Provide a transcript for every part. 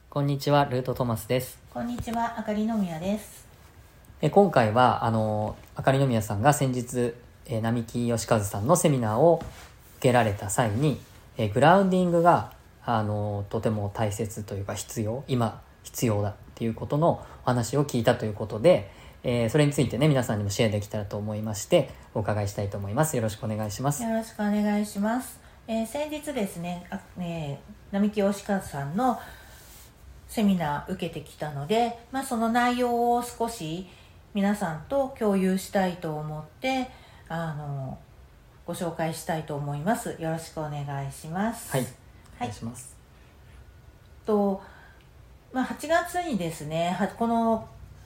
こんにちは、ルートトマスです。 こんにちは、あかりのみやです。 今回はあかりのみやさんが先日、並木義和さんのセミナーを受けられた際に、グラウンディングがとても大切というか今必要だっていうことのお話を聞いたということで、それについてね皆さんにもシェアできたらと思いましてお伺いしたいと思います。よろしくお願いします。 よろしくお願いします。先日ですね、並木義和さんのセミナー受けてきたので、その内容を少し皆さんと共有したいと思ってご紹介したいと思います。よろしくお願いします。 はい、お願いします。 8月にですね、この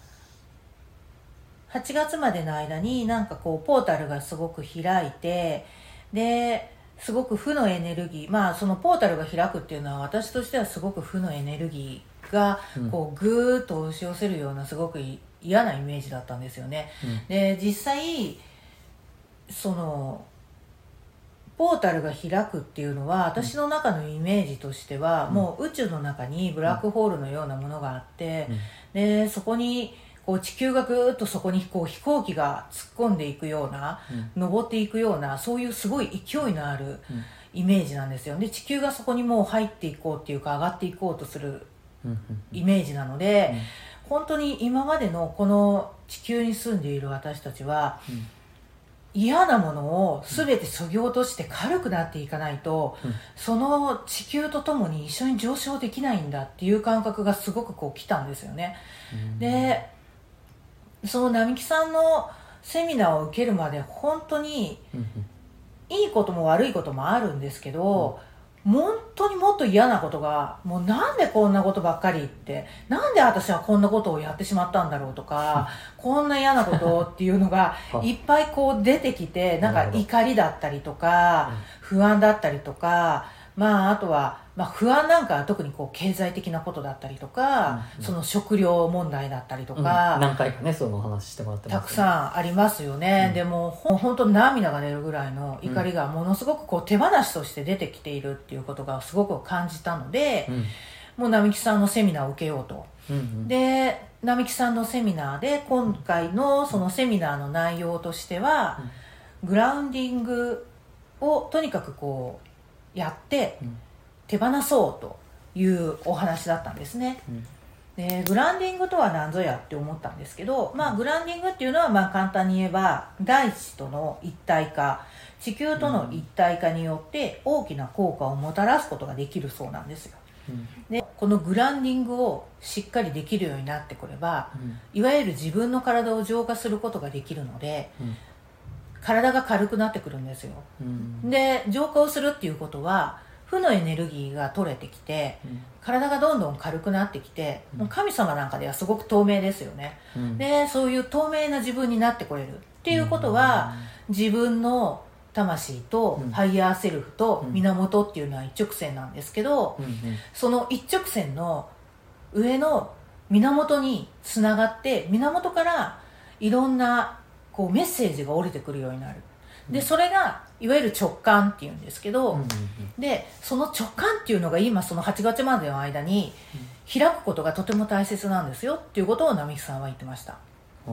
8月までの間にポータルがすごく開いて、ですごく負のエネルギー、そのポータルが開くっていうのは私としてはすごく負のエネルギーがぐーっと押し寄せるようなすごく嫌なイメージだったんですよね。で実際そのポータルが開くっていうのは私の中のイメージとしては、もう宇宙の中にブラックホールのようなものがあって、でそこに地球がぐーっとそこに飛行機が突っ込んでいくような、登っていくようなそういうすごい勢いのあるイメージなんですよ。で地球がそこにもう入っていこうっていうか上がっていこうとするイメージなので、本当に今までのこの地球に住んでいる私たちは、嫌なものを全て削ぎ落として軽くなっていかないと、その地球とともに一緒に上昇できないんだっていう感覚がすごく来たんですよね。でその並木さんのセミナーを受けるまで本当にいいことも悪いこともあるんですけど、本当にもっと嫌なことが、もうなんでこんなことばっかり言って、なんで私はこんなことをやってしまったんだろうとかこんな嫌なことっていうのがいっぱい出てきて、怒りだったりとか不安だったりとか、あとは不安なんかは特に経済的なことだったりとか、その食料問題だったりとか、 何回かねその話してもらってます、 たくさんありますよね。でも本当に涙が出るぐらいの怒りがものすごく手放しとして出てきているっていうことがすごく感じたので、もう並木さんのセミナーを受けようと、で並木さんのセミナーで今回のそのセミナーの内容としては、グラウンディングをとにかくやって手放そうというお話だったんですね。でグラウンディングとは何ぞやって思ったんですけど、グラウンディングっていうのは簡単に言えば大地との一体化、地球との一体化によって大きな効果をもたらすことができるそうなんですよ。でこのグラウンディングをしっかりできるようになってくれば、いわゆる自分の体を浄化することができるので、体が軽くなってくるんですよ。で浄化をするっていうことは負のエネルギーが取れてきて、体がどんどん軽くなってきて、神様なんかではすごく透明ですよね。でそういう透明な自分になってこれるっていうことは、自分の魂とハイヤーセルフと源っていうのは一直線なんですけど、その一直線の上の源につながって、源からいろんなメッセージが降りてくるようになる。でそれがいわゆる直感っていうんですけど、でその直感っていうのが今その8月までの間に開くことがとても大切なんですよっていうことを並木さんは言ってました。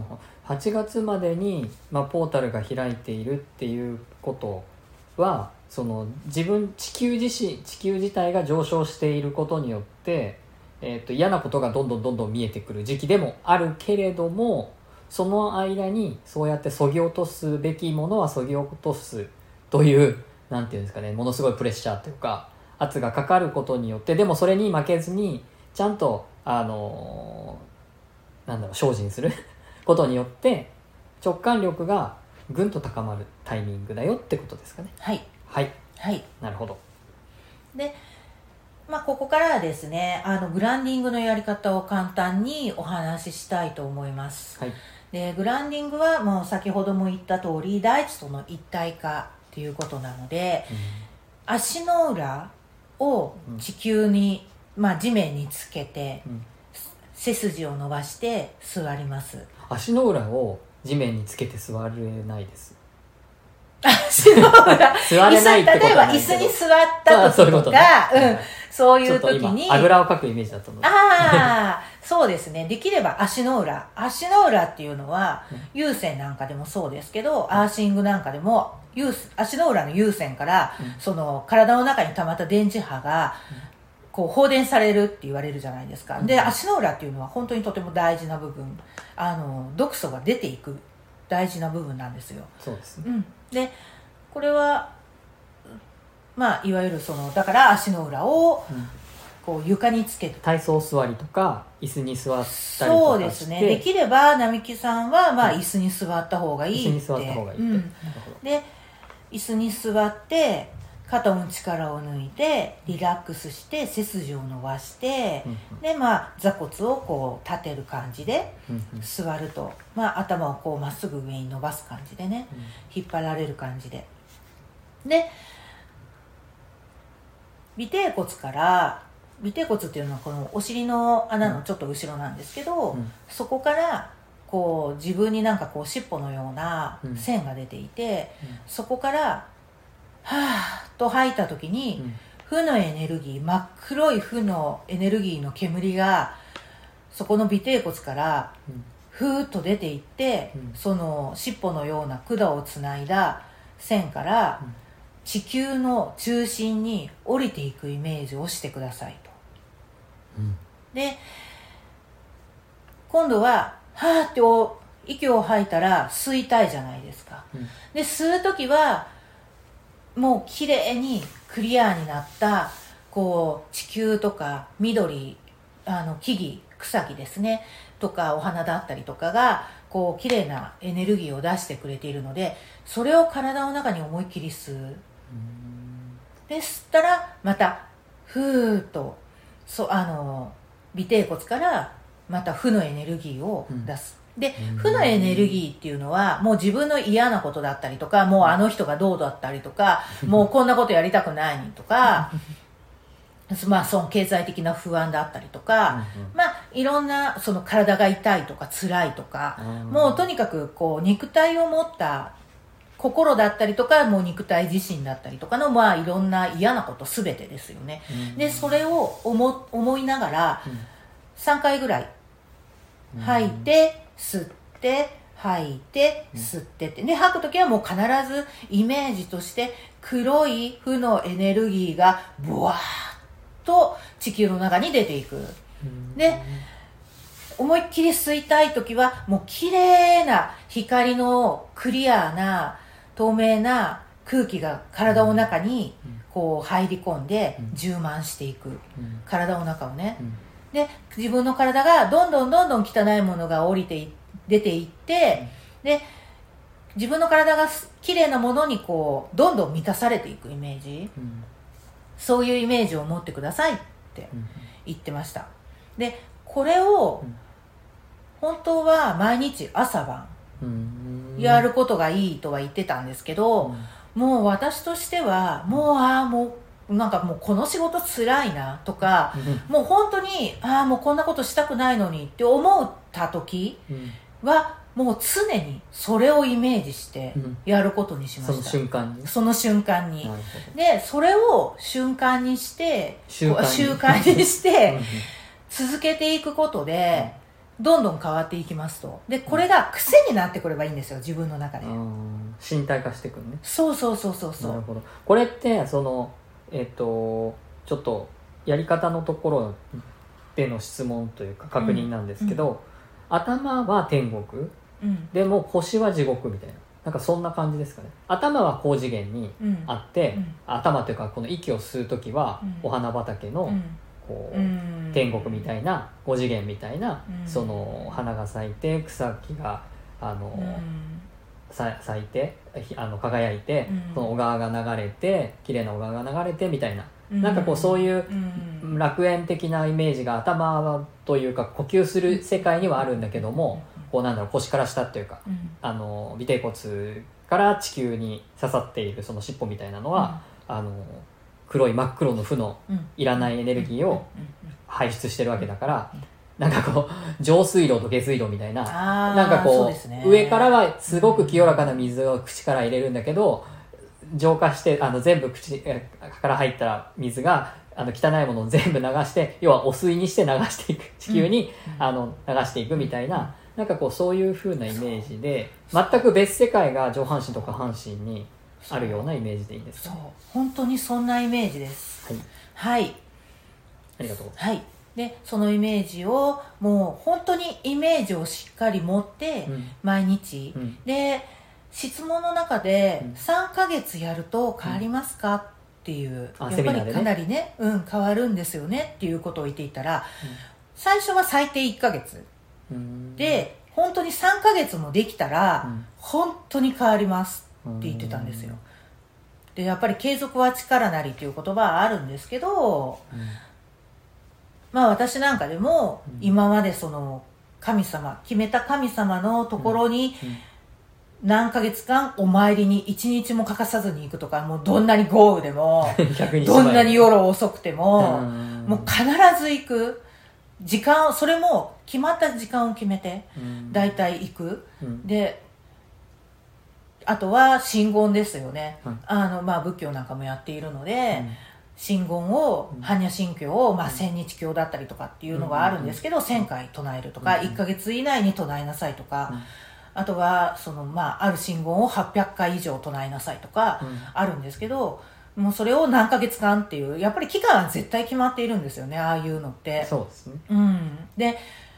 8月までに、ポータルが開いているっていうことは、その地球自体が上昇していることによって、嫌なことがどんどん見えてくる時期でもあるけれども、その間にそうやって削ぎ落とすべきものは削ぎ落とすという、なんていうんですかね、ものすごいプレッシャーというか圧がかかることによって、でもそれに負けずにちゃんと精進することによって直感力がぐんと高まるタイミングだよってことですかね。 はいはい、 はい、 なるほど。 でここからはですね、グラウンディングのやり方を簡単にお話ししたいと思います。でグラウンディングはもう先ほども言った通り大地との一体化っていうことなので、足の裏を地球に、地面につけて、背筋を伸ばして座ります。 足の裏を地面につけて座れないです。 足の裏座れないってこと例えば椅子に座った時とか、そういう時にあぐらをかくイメージだと思う。 そうですね。できれば足の裏っていうのは、有線なんかでもそうですけど、アーシングなんかでも足の裏の有線から、その体の中に溜まった電磁波が、こう放電されるって言われるじゃないですか。で、足の裏っていうのは本当にとても大事な部分、毒素が出ていく大事な部分なんですよ。 そうですね。 で、これは、いわゆるだから足の裏を、こう床につけて体操座りとか椅子に座ったりとかして、 そうですね。できれば並木さんは椅子に座った方がいいって。 椅子に座った方がいいって。 で、椅子に座って肩の力を抜いてリラックスして背筋を伸ばして、で座骨をこう立てる感じで座ると、頭をこうまっすぐ上に伸ばす感じでね、引っ張られる感じで。で、尾てい骨っていうのはこのお尻の穴のちょっと後ろなんですけど、そこからこう自分になんかこう尻尾のような線が出ていて、そこからはーっと吐いた時に、負のエネルギー、真っ黒い負のエネルギーの煙がそこの尾てい骨からふーっと出ていって、その尻尾のような管をつないだ線から地球の中心に降りていくイメージをしてくださいと。で、今度ははーって息を吐いたら吸いたいじゃないですか。で、吸う時はもうきれいにクリアになったこう地球とか緑、木々、草木ですねとかお花だったりとかがこうきれいなエネルギーを出してくれているので、それを体の中に思いっきり吸う。で、吸ったらまたふーっと尾てい骨からまた負のエネルギーを出す。で、負のエネルギーっていうのはもう自分の嫌なことだったりとか、もうあの人がどうだったりとか、もうこんなことやりたくないとかその経済的な不安だったりとか、いろんなその体が痛いとか辛いとか、もうとにかくこう肉体を持った心だったりとか、もう肉体自身だったりとかのいろんな嫌なこと全てですよね。で、それを思いながら3回ぐらい吐いて吸って吐いて吸ってって、で吐くときはもう必ずイメージとして黒い負のエネルギーがブワーッと地球の中に出ていく。で、思いっきり吸いたいときはもう綺麗な光のクリアな透明な空気が体の中にこう入り込んで充満していく、体の中をね。で、自分の体がどんどん汚いものが出ていって、で、自分の体が綺麗なものにこうどんどん満たされていくイメージ、そういうイメージを持ってくださいって言ってました。で、これを本当は毎日朝晩やることがいいとは言ってたんですけど、もう私としてはもうなんかもうこの仕事つらいなとか、もう本当にもうこんなことしたくないのにって思った時は、もう常にそれをイメージしてやることにしました。その瞬間にで、それを習慣にして続けていくことでどんどん変わっていきますと。で、これが癖になってくればいいんですよ、自分の中で。 身体化していくね。 そう。なるほど。これってちょっとやり方のところでの質問というか確認なんですけど、頭は天国、でも腰は地獄みたいな、なんかそんな感じですかね。頭は高次元にあって、頭というかこの息を吸う時はお花畑のこう、天国みたいな5次元みたいな、その花が咲いて草木が咲いて輝いて、その小川が流れて綺麗な小川が流れてみたいな、なんかこうそういう楽園的なイメージが頭というか呼吸する世界にはあるんだけども、こうなんだろう、腰から下っていうか、尾てい骨から地球に刺さっているその尻尾みたいなのは、黒い真っ黒の負のいらないエネルギーを排出してるわけだから、なんかこう上水道と下水道みたいな、なんかこう、上からはすごく清らかな水を口から入れるんだけど、 浄化して全部口から入った水が汚いものを全部流して、要は汚水にして流していく、地球に、流していくみたいな、なんかこうそういう風なイメージで、全く別世界が上半身と下半身にあるようなイメージでいいんですかね。 そう、本当にそんなイメージです。 はい、 はい、 ありがとうございます。 はい。でそのイメージをもう本当にイメージをしっかり持って毎日、で質問の中で3ヶ月やると変わりますかっていう、やっぱりかなりね、変わるんですよねっていうことを言っていたら、最初は最低1ヶ月で本当に3ヶ月もできたら本当に変わりますって言ってたんですよ。でやっぱり継続は力なりっていう言葉はあるんですけど、まあ私なんかでも今までその神様、決めた神様のところに何ヶ月間お参りに1日も欠かさずに行くとか、もうどんなに豪雨でもどんなに夜遅くてももう必ず行く時間、それも決まった時間を決めてだいたい行く。であとは真言ですよね。まあ仏教なんかもやっているので、真言を般若心経を、千日経だったりとかっていうのがあるんですけど、1000回唱えるとか、1ヶ月以内に唱えなさいとか、あとはその、ある真言を800回以上唱えなさいとかあるんですけど、もうそれを何ヶ月間っていうやっぱり期間は絶対決まっているんですよね、ああいうのって。 そうですね。 で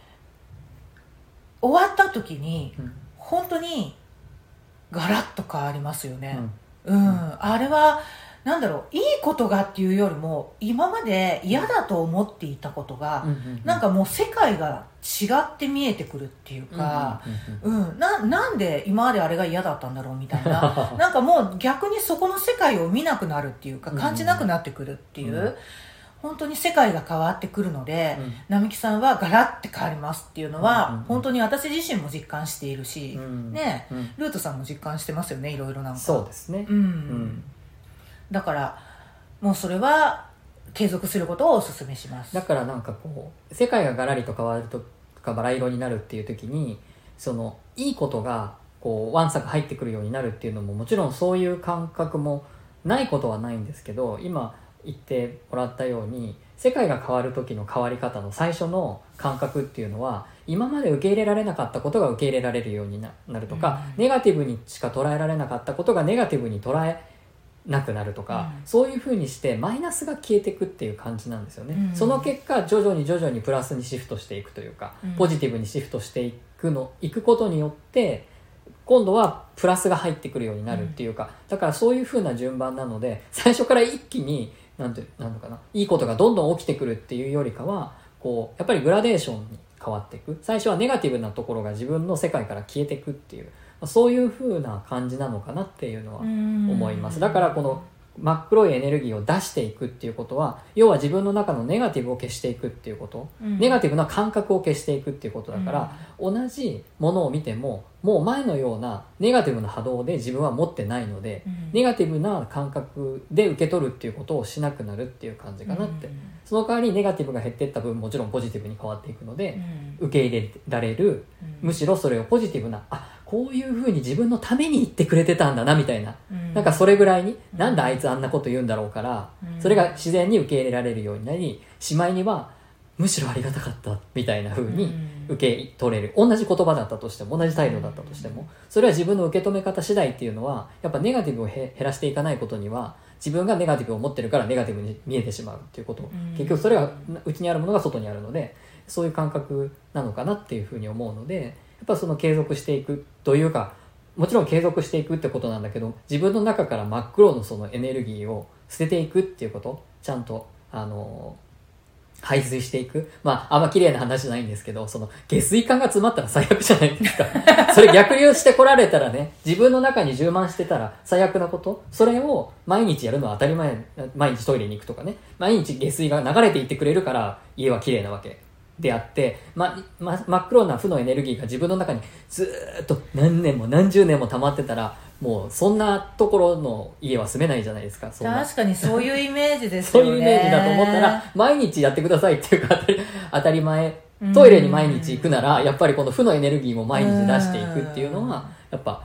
終わった時に本当にガラッと変わりますよね。あれはなんだろう、いいことがっていうよりも今まで嫌だと思っていたことが、なんかもう世界が違って見えてくるっていうか、なんで今まであれが嫌だったんだろうみたいななんかもう逆にそこの世界を見なくなるっていうか、感じなくなってくるっていう、本当に世界が変わってくるので、並木さんはガラッて変わりますっていうのは、本当に私自身も実感しているし、ね、ルートさんも実感してますよね、いろいろなんか。 そうですね。 だからもうそれは継続することをお勧めします。 だからなんかこう世界がガラリと変わるとかバラ色になるっていう時に、そのいいことがこうわんさか入ってくるようになるっていうのももちろんそういう感覚もないことはないんですけど、今言ってもらったように世界が変わる時の変わり方の最初の感覚っていうのは、今まで受け入れられなかったことが受け入れられるようになるとか、ネガティブにしか捉えられなかったことがネガティブに捉えなくなるとか、そういう風にしてマイナスが消えていくっていう感じなんですよね。その結果徐々にプラスにシフトしていくというか、ポジティブにシフトしていくことによって今度はプラスが入ってくるようになるっていうか、だからそういう風な順番なので、最初から一気になんのかな、いいことがどんどん起きてくるっていうよりかは、こうやっぱりグラデーションに変わっていく。最初はネガティブなところが自分の世界から消えていくっていう、そういう風な感じなのかなっていうのは思います。だからこの真っ黒いエネルギーを出していくっていうことは、要は自分の中のネガティブを消していくっていうこと、ネガティブな感覚を消していくっていうことだから、同じものを見てももう前のようなネガティブな波動で自分は持ってないので、ネガティブな感覚で受け取るっていうことをしなくなるっていう感じかなって。その代わりネガティブが減っていった分、もちろんポジティブに変わっていくので、受け入れられる、むしろそれをポジティブな、こういう風に自分のために言ってくれてたんだなみたいな、なんかそれぐらいに、なんであいつあんなこと言うんだろうから、それが自然に受け入れられるようになり、しまいにはむしろありがたかったみたいな風に受け取れる。同じ言葉だったとしても、同じ態度だったとしても、それは自分の受け止め方次第っていうのは、やっぱネガティブを減らしていかないことには、自分がネガティブを持ってるからネガティブに見えてしまうっていうこと、結局それが内にあるものが外にあるので、そういう感覚なのかなっていうふうに思うので、やっぱその継続していくというか、もちろん継続していくってことなんだけど、自分の中から真っ黒のそのエネルギーを捨てていくっていうこと、ちゃんと排水していく。あんま綺麗な話じゃないんですけど、その下水管が詰まったら最悪じゃないですか。それ逆流してこられたらね、自分の中に充満してたら最悪なこと。それを毎日やるのは当たり前。毎日トイレに行くとかね。毎日下水が流れていってくれるから家は綺麗なわけであって、真っ黒な負のエネルギーが自分の中にずーっと何年も何十年も溜まってたら、もうそんなところの家は住めないじゃないですか。 確かにそういうイメージですよね。 そういうイメージだと思ったら、毎日やってくださいっていうか当たり前。トイレに毎日行くなら、やっぱりこの負のエネルギーも毎日出していくっていうのは、やっぱ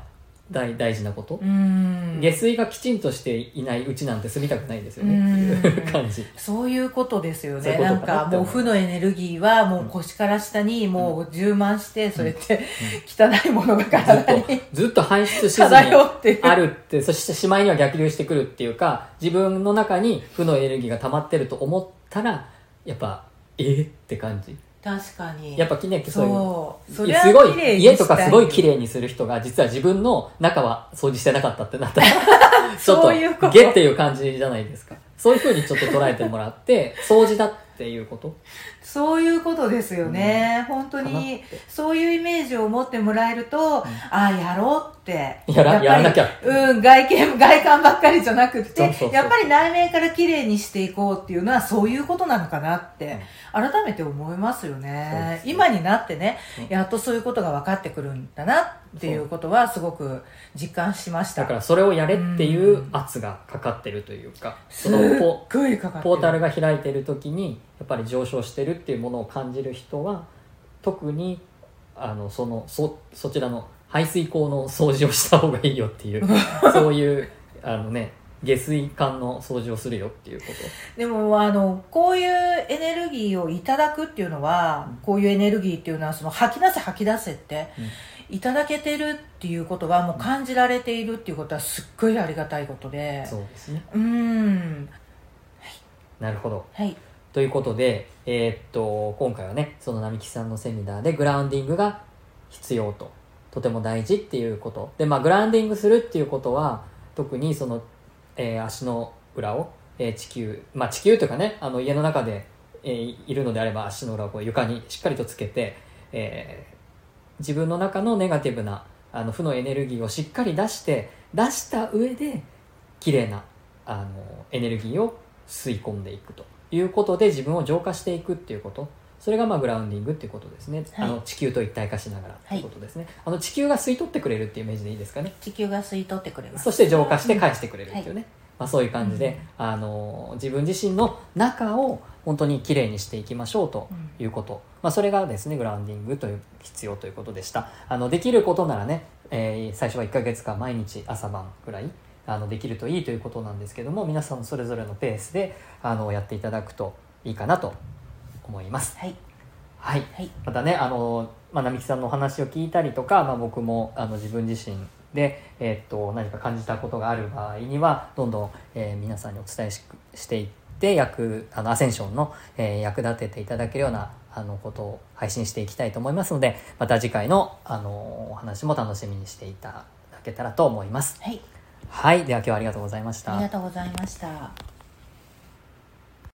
大事なこと。 下水がきちんとしていないうちなんて住みたくないですよねっていう感じ。 そういうことですよね。 そういうなんことかなって思うかもう負のエネルギーはもう腰から下にもう充満して、それって汚いものが体にずっと排出しずに漂ってるあるって、そしてしまいには逆流してくるっていうか、自分の中に負のエネルギーが溜まってると思ったら、やっぱって感じ。 確かに。 やっぱね、 そうすごい綺麗に家とかすごい綺麗にする人が実は自分の中は掃除してなかったってなったらちょっとそういうことゲっていう感じじゃないですか。そういう風にちょっと捉えてもらって掃除だっていうこと。 そういうことですよね、本当にそういうイメージを持ってもらえると、やろうってやらなきゃ、 外観ばっかりじゃなくて、 そうやっぱり内面から綺麗にしていこうっていうのはそういうことなのかなって改めて思いますよね。今になってね、やっとそういうことが分かってくるんだなっていうことはすごく実感しました。 だからそれをやれっていう圧がかかってるというか、 すっごいかかってる。 ポータルが開いてる時にやっぱり上昇してるっていうものを感じる人は、特にそちらの排水口の掃除をした方がいいよっていうそういう下水管の掃除をするよっていうこと。 でもこういうエネルギーをいただくっていうのは、こういうエネルギーっていうのは吐き出せって、いただけてるっていうことはもう感じられているっていうことはすっごいありがたいことで。 そうですね。なるほど。 はい。 ということで、今回はね、その並木さんのセミナーでグラウンディングが必要とても大事っていうことで、グラウンディングするっていうことは特にその、足の裏を、地球というかね、家の中で、いるのであれば足の裏をこう床にしっかりとつけて、自分の中のネガティブな負のエネルギーをしっかり出した上で綺麗なエネルギーを吸い込んでいくということで自分を浄化していくっていうこと、それがグラウンディングっていうことですね、はい、地球と一体化しながらっていうことですね、はい、地球が吸い取ってくれるっていうイメージでいいですかね。 地球が吸い取ってくれます。 そして浄化して返してくれるっていうね、そういう感じで、自分自身の中を本当にきれいにしていきましょうということ、それがですねグラウンディングという必要ということでした。できることならね、最初は1ヶ月間毎日朝晩ぐらいできるといいということなんですけども、皆さんそれぞれのペースでやっていただくといいかなと思います。 はい、 はいはい、またね並木さんのお話を聞いたりとか、僕も自分自身で、何か感じたことがある場合にはどんどん、皆さんにお伝えしていってアセンションの、役立てていただけるようなことを配信していきたいと思いますので、また次回の、お話も楽しみにしていただけたらと思います。 はい、 はい、では今日はありがとうございました。 ありがとうございました。